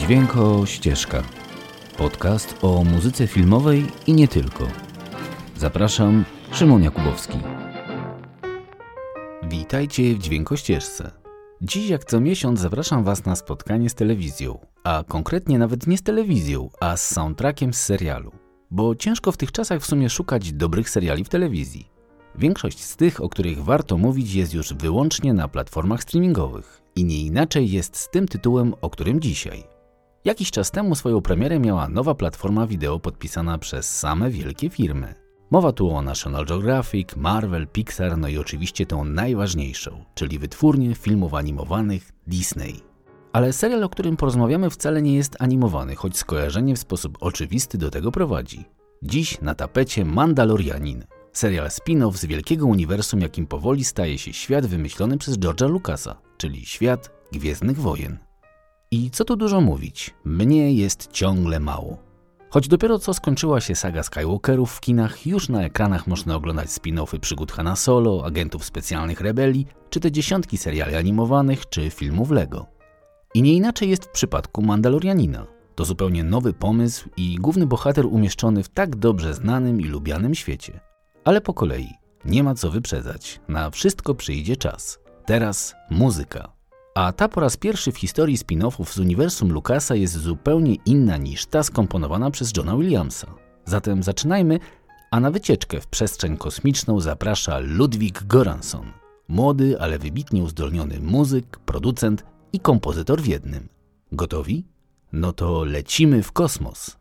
Dźwiękościeżka. Podcast o muzyce filmowej i nie tylko. Zapraszam, Szymon Jakubowski. Witajcie w Dźwiękościeżce. Dziś jak co miesiąc zapraszam Was na spotkanie z telewizją, a konkretnie nawet nie z telewizją, a z soundtrackiem z serialu. Bo ciężko w tych czasach w sumie szukać dobrych seriali w telewizji. Większość z tych, o których warto mówić, jest już wyłącznie na platformach streamingowych. I nie inaczej jest z tym tytułem, o którym dzisiaj. Jakiś czas temu swoją premierę miała nowa platforma wideo podpisana przez same wielkie firmy. Mowa tu o National Geographic, Marvel, Pixar, no i oczywiście tą najważniejszą, czyli wytwórnię filmów animowanych Disney. Ale serial, o którym porozmawiamy, wcale nie jest animowany, choć skojarzenie w sposób oczywisty do tego prowadzi. Dziś na tapecie Mandalorianin. Serial spin-off z wielkiego uniwersum, jakim powoli staje się świat wymyślony przez George'a Lucasa, czyli świat Gwiezdnych Wojen. I co tu dużo mówić, mnie jest ciągle mało. Choć dopiero co skończyła się saga Skywalkerów w kinach, już na ekranach można oglądać spin-offy przygód Hana Solo, agentów specjalnych rebelii, czy te dziesiątki seriali animowanych, czy filmów Lego. I nie inaczej jest w przypadku Mandalorianina. To zupełnie nowy pomysł i główny bohater umieszczony w tak dobrze znanym i lubianym świecie. Ale po kolei, nie ma co wyprzedzać, na wszystko przyjdzie czas. Teraz muzyka. A ta po raz pierwszy w historii spin-offów z uniwersum Lucasa jest zupełnie inna niż ta skomponowana przez Johna Williamsa. Zatem zaczynajmy, a na wycieczkę w przestrzeń kosmiczną zaprasza Ludwig Göransson. Młody, ale wybitnie uzdolniony muzyk, producent i kompozytor w jednym. Gotowi? No to lecimy w kosmos.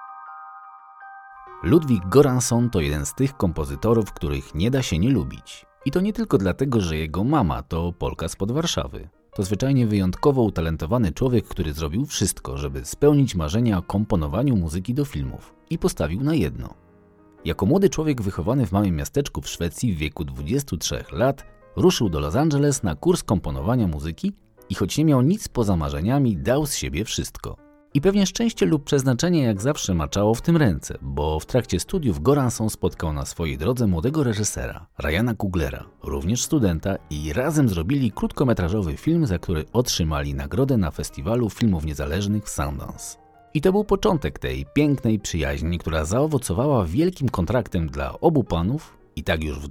Ludwig Göransson to jeden z tych kompozytorów, których nie da się nie lubić. I to nie tylko dlatego, że jego mama to Polka spod Warszawy. To zwyczajnie wyjątkowo utalentowany człowiek, który zrobił wszystko, żeby spełnić marzenia o komponowaniu muzyki do filmów i postawił na jedno. Jako młody człowiek wychowany w małym miasteczku w Szwecji w wieku 23 lat ruszył do Los Angeles na kurs komponowania muzyki i choć nie miał nic poza marzeniami, dał z siebie wszystko. I pewnie szczęście lub przeznaczenie jak zawsze maczało w tym ręce, bo w trakcie studiów Goranson spotkał na swojej drodze młodego reżysera, Ryana Cooglera, również studenta, i razem zrobili krótkometrażowy film, za który otrzymali nagrodę na festiwalu filmów niezależnych w Sundance. I to był początek tej pięknej przyjaźni, która zaowocowała wielkim kontraktem dla obu panów i tak już w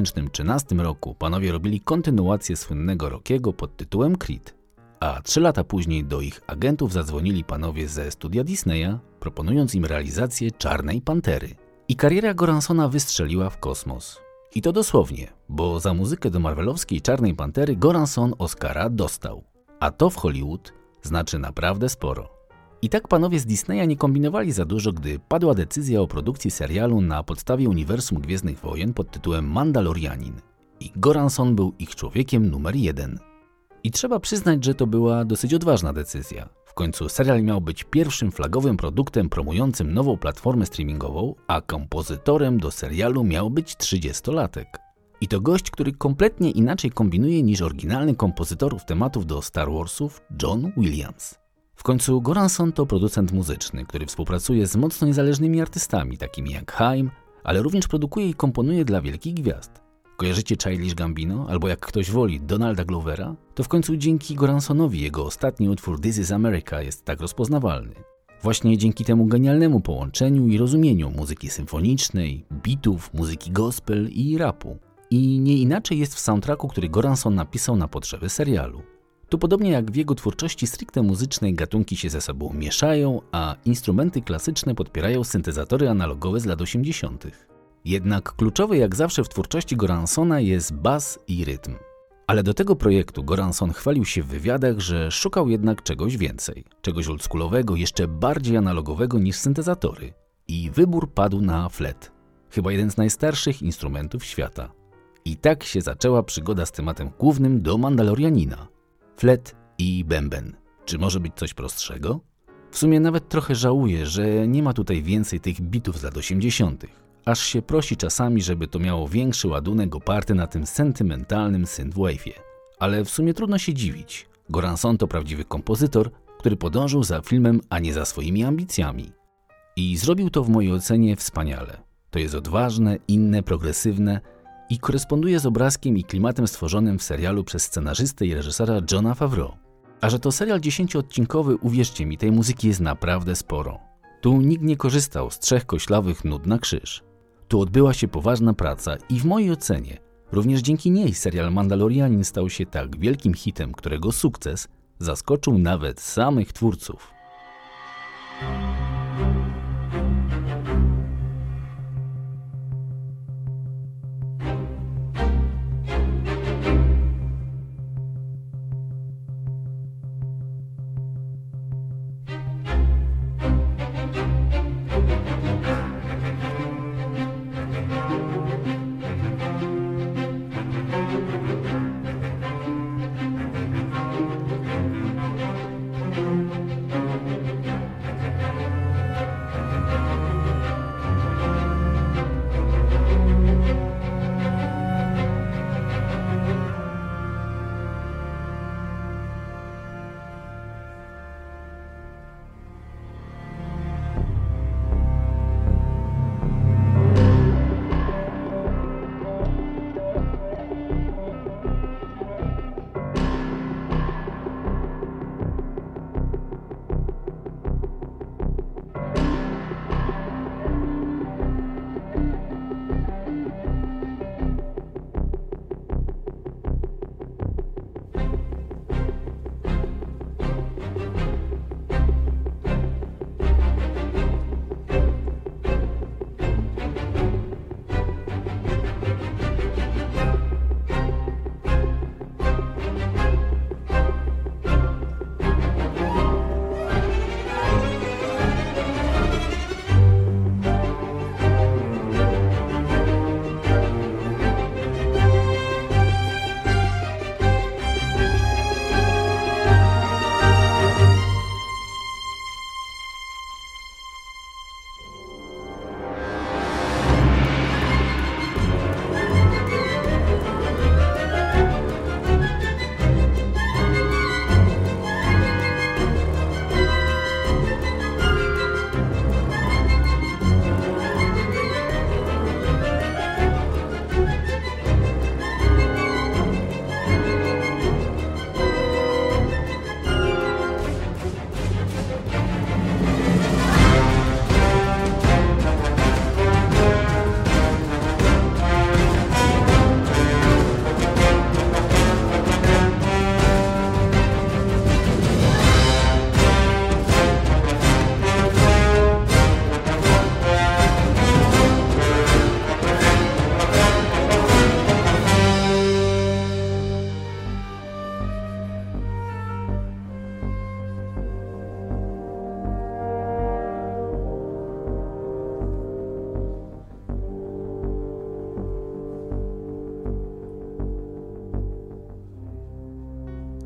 2013 roku panowie robili kontynuację słynnego Rockiego pod tytułem Creed. A 3 lata później do ich agentów zadzwonili panowie ze studia Disneya, proponując im realizację Czarnej Pantery. I kariera Goransona wystrzeliła w kosmos. I to dosłownie, bo za muzykę do marvelowskiej Czarnej Pantery Goranson Oscara dostał. A to w Hollywood znaczy naprawdę sporo. I tak panowie z Disneya nie kombinowali za dużo, gdy padła decyzja o produkcji serialu na podstawie uniwersum Gwiezdnych Wojen pod tytułem Mandalorianin. I Goranson był ich człowiekiem numer 1. I trzeba przyznać, że to była dosyć odważna decyzja. W końcu serial miał być pierwszym flagowym produktem promującym nową platformę streamingową, a kompozytorem do serialu miał być 30-latek. I to gość, który kompletnie inaczej kombinuje niż oryginalny kompozytorów tematów do Star Warsów John Williams. W końcu Goranson to producent muzyczny, który współpracuje z mocno niezależnymi artystami, takimi jak Haim, ale również produkuje i komponuje dla wielkich gwiazd. Kojarzycie Childish Gambino, albo jak ktoś woli Donalda Glovera? To w końcu dzięki Goransonowi jego ostatni utwór This is America jest tak rozpoznawalny. Właśnie dzięki temu genialnemu połączeniu i rozumieniu muzyki symfonicznej, beatów, muzyki gospel i rapu. I nie inaczej jest w soundtracku, który Goranson napisał na potrzeby serialu. Tu podobnie jak w jego twórczości stricte muzycznej gatunki się ze sobą mieszają, a instrumenty klasyczne podpierają syntezatory analogowe z lat 80. Jednak kluczowy jak zawsze w twórczości Goransona jest bas i rytm. Ale do tego projektu Goranson chwalił się w wywiadach, że szukał jednak czegoś więcej. Czegoś oldschoolowego, jeszcze bardziej analogowego niż syntezatory. I wybór padł na flet. Chyba jeden z najstarszych instrumentów świata. I tak się zaczęła przygoda z tematem głównym do Mandalorianina. Flet i bęben. Czy może być coś prostszego? W sumie nawet trochę żałuję, że nie ma tutaj więcej tych bitów z lat 80. Aż się prosi czasami, żeby to miało większy ładunek oparty na tym sentymentalnym synthwave'ie. Ale w sumie trudno się dziwić. Goranson to prawdziwy kompozytor, który podążył za filmem, a nie za swoimi ambicjami. I zrobił to w mojej ocenie wspaniale. To jest odważne, inne, progresywne i koresponduje z obrazkiem i klimatem stworzonym w serialu przez scenarzystę i reżysera Jona Favreau. A że to serial 10-odcinkowy, uwierzcie mi, tej muzyki jest naprawdę sporo. Tu nikt nie korzystał z 3 koślawych nut na krzyż. Tu odbyła się poważna praca i w mojej ocenie również dzięki niej serial Mandalorianin stał się tak wielkim hitem, którego sukces zaskoczył nawet samych twórców.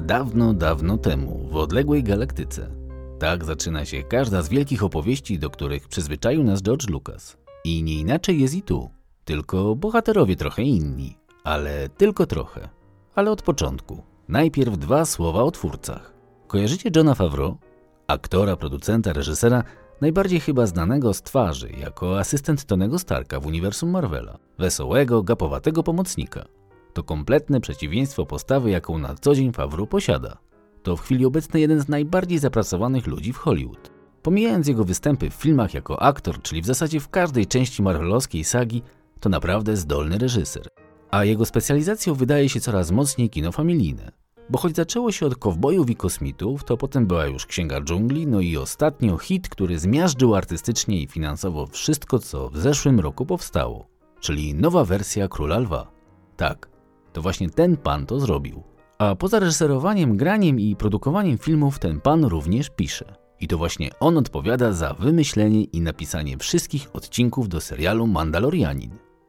Dawno, dawno temu, w odległej galaktyce. Tak zaczyna się każda z wielkich opowieści, do których przyzwyczaił nas George Lucas. I nie inaczej jest i tu. Tylko bohaterowie trochę inni. Ale tylko trochę. Ale od początku. Najpierw 2 słowa o twórcach. Kojarzycie Jona Favreau? Aktora, producenta, reżysera, najbardziej chyba znanego z twarzy jako asystent Tonego Starka w uniwersum Marvela. Wesołego, gapowatego pomocnika. To kompletne przeciwieństwo postawy, jaką na co dzień Favreau posiada. To w chwili obecnej jeden z najbardziej zapracowanych ludzi w Hollywood. Pomijając jego występy w filmach jako aktor, czyli w zasadzie w każdej części marvelowskiej sagi, to naprawdę zdolny reżyser. A jego specjalizacją wydaje się coraz mocniej kino familijne. Bo choć zaczęło się od kowbojów i kosmitów, to potem była już Księga Dżungli, no i ostatnio hit, który zmiażdżył artystycznie i finansowo wszystko, co w zeszłym roku powstało. Czyli nowa wersja Króla Lwa. Tak, to właśnie ten pan to zrobił. A poza reżyserowaniem, graniem i produkowaniem filmów ten pan również pisze. I to właśnie on odpowiada za wymyślenie i napisanie wszystkich odcinków do serialu Mandalorianin.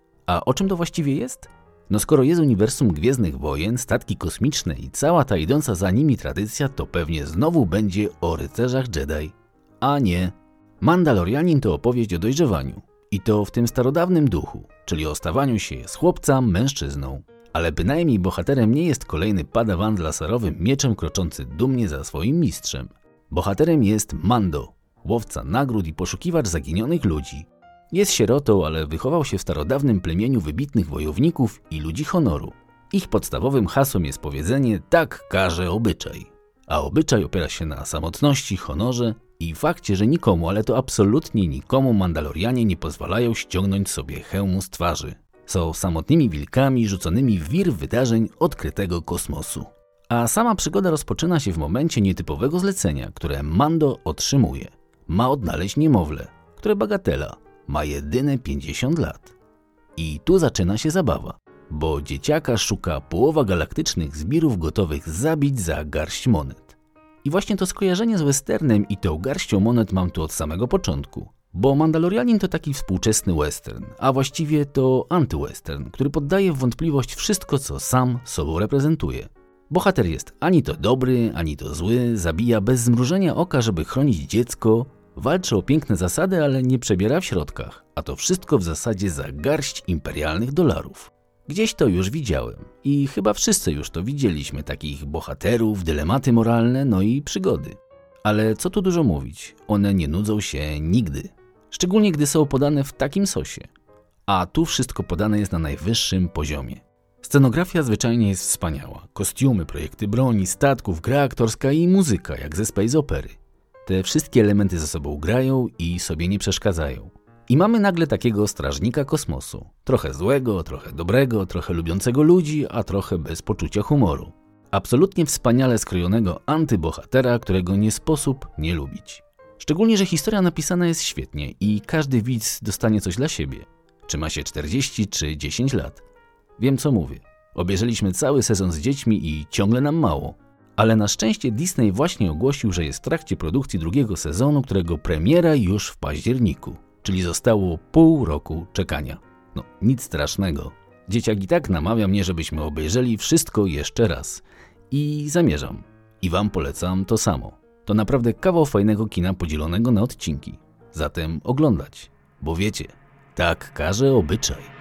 A o czym to właściwie jest? No skoro jest uniwersum Gwiezdnych Wojen, statki kosmiczne i cała ta idąca za nimi tradycja, to pewnie znowu będzie o rycerzach Jedi. A nie. Mandalorianin to opowieść o dojrzewaniu. I to w tym starodawnym duchu, czyli o stawaniu się z chłopca mężczyzną. Ale bynajmniej bohaterem nie jest kolejny padawan z laserowym mieczem kroczący dumnie za swoim mistrzem. Bohaterem jest Mando, łowca nagród i poszukiwacz zaginionych ludzi. Jest sierotą, ale wychował się w starodawnym plemieniu wybitnych wojowników i ludzi honoru. Ich podstawowym hasłem jest powiedzenie tak każe obyczaj. A obyczaj opiera się na samotności, honorze i fakcie, że nikomu, ale to absolutnie nikomu Mandalorianie nie pozwalają ściągnąć sobie hełmu z twarzy. Są samotnymi wilkami rzuconymi w wir wydarzeń odkrytego kosmosu. A sama przygoda rozpoczyna się w momencie nietypowego zlecenia, które Mando otrzymuje. Ma odnaleźć niemowlę, które bagatela, ma jedyne 50 lat. I tu zaczyna się zabawa, bo dzieciaka szuka połowa galaktycznych zbirów gotowych zabić za garść monet. I właśnie to skojarzenie z westernem i tą garścią monet mam tu od samego początku. Bo Mandalorianin to taki współczesny western, a właściwie to antywestern, który poddaje w wątpliwość wszystko, co sam sobą reprezentuje. Bohater jest ani to dobry, ani to zły, zabija bez zmrużenia oka, żeby chronić dziecko, walczy o piękne zasady, ale nie przebiera w środkach, a to wszystko w zasadzie za garść imperialnych dolarów. Gdzieś to już widziałem i chyba wszyscy już to widzieliśmy, takich bohaterów, dylematy moralne, no i przygody. Ale co tu dużo mówić, one nie nudzą się nigdy. Szczególnie gdy są podane w takim sosie. A tu wszystko podane jest na najwyższym poziomie. Scenografia zwyczajnie jest wspaniała. Kostiumy, projekty broni, statków, gra aktorska i muzyka, jak ze space opery. Te wszystkie elementy ze sobą grają i sobie nie przeszkadzają. I mamy nagle takiego strażnika kosmosu. Trochę złego, trochę dobrego, trochę lubiącego ludzi, a trochę bez poczucia humoru. Absolutnie wspaniale skrojonego antybohatera, którego nie sposób nie lubić. Szczególnie, że historia napisana jest świetnie i każdy widz dostanie coś dla siebie. Czy ma się 40 czy 10 lat. Wiem co mówię. Obejrzeliśmy cały sezon z dziećmi i ciągle nam mało. Ale na szczęście Disney właśnie ogłosił, że jest w trakcie produkcji drugiego sezonu, którego premiera już w październiku. Czyli zostało pół roku czekania. No nic strasznego. Dzieciak i tak namawia mnie, żebyśmy obejrzeli wszystko jeszcze raz. I zamierzam. I wam polecam to samo. To naprawdę kawał fajnego kina podzielonego na odcinki. Zatem oglądać. Bo wiecie, tak każe obyczaj.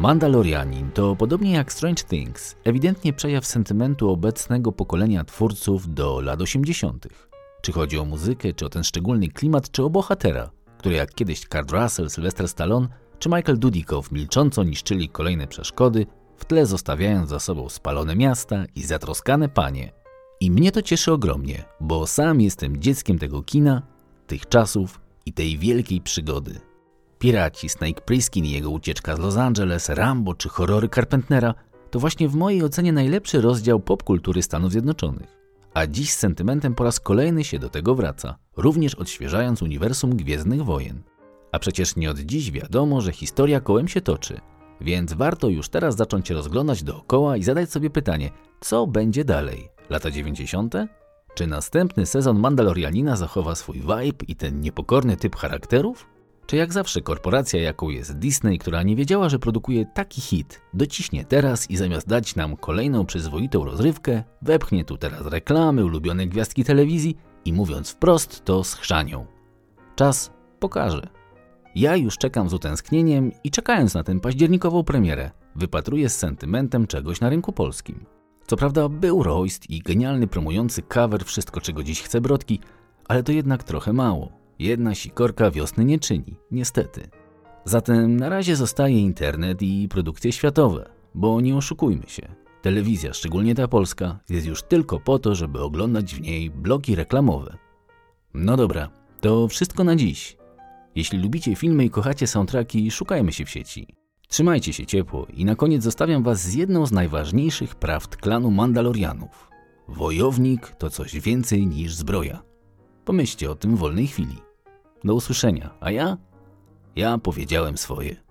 Mandalorianin to, podobnie jak Strange Things, ewidentnie przejaw sentymentu obecnego pokolenia twórców do lat 80. Czy chodzi o muzykę, czy o ten szczególny klimat, czy o bohatera, który jak kiedyś Kurt Russell, Sylvester Stallone czy Michael Dudikoff milcząco niszczyli kolejne przeszkody, w tle zostawiając za sobą spalone miasta i zatroskane panie. I mnie to cieszy ogromnie, bo sam jestem dzieckiem tego kina, tych czasów i tej wielkiej przygody. Piraci, Snake Plissken i jego ucieczka z Los Angeles, Rambo czy horrory Carpentera to właśnie w mojej ocenie najlepszy rozdział popkultury Stanów Zjednoczonych. A dziś z sentymentem po raz kolejny się do tego wraca, również odświeżając uniwersum Gwiezdnych Wojen. A przecież nie od dziś wiadomo, że historia kołem się toczy, więc warto już teraz zacząć się rozglądać dookoła i zadać sobie pytanie, co będzie dalej? Lata 90? Czy następny sezon Mandalorianina zachowa swój vibe i ten niepokorny typ charakterów? Czy jak zawsze korporacja, jaką jest Disney, która nie wiedziała, że produkuje taki hit, dociśnie teraz i zamiast dać nam kolejną przyzwoitą rozrywkę, wepchnie tu teraz reklamy, ulubione gwiazdki telewizji i mówiąc wprost, to schrzanią. Czas pokaże. Ja już czekam z utęsknieniem i czekając na tę październikową premierę, wypatruję z sentymentem czegoś na rynku polskim. Co prawda był roast i genialny promujący cover Wszystko czego dziś chce Brodki, ale to jednak trochę mało. Jedna sikorka wiosny nie czyni, niestety. Zatem na razie zostaje internet i produkcje światowe, bo nie oszukujmy się. Telewizja, szczególnie ta polska, jest już tylko po to, żeby oglądać w niej bloki reklamowe. No dobra, to wszystko na dziś. Jeśli lubicie filmy i kochacie soundtracki, szukajmy się w sieci. Trzymajcie się ciepło i na koniec zostawiam was z jedną z najważniejszych prawd klanu Mandalorianów. Wojownik to coś więcej niż zbroja. Pomyślcie o tym w wolnej chwili. Do usłyszenia, a ja powiedziałem swoje.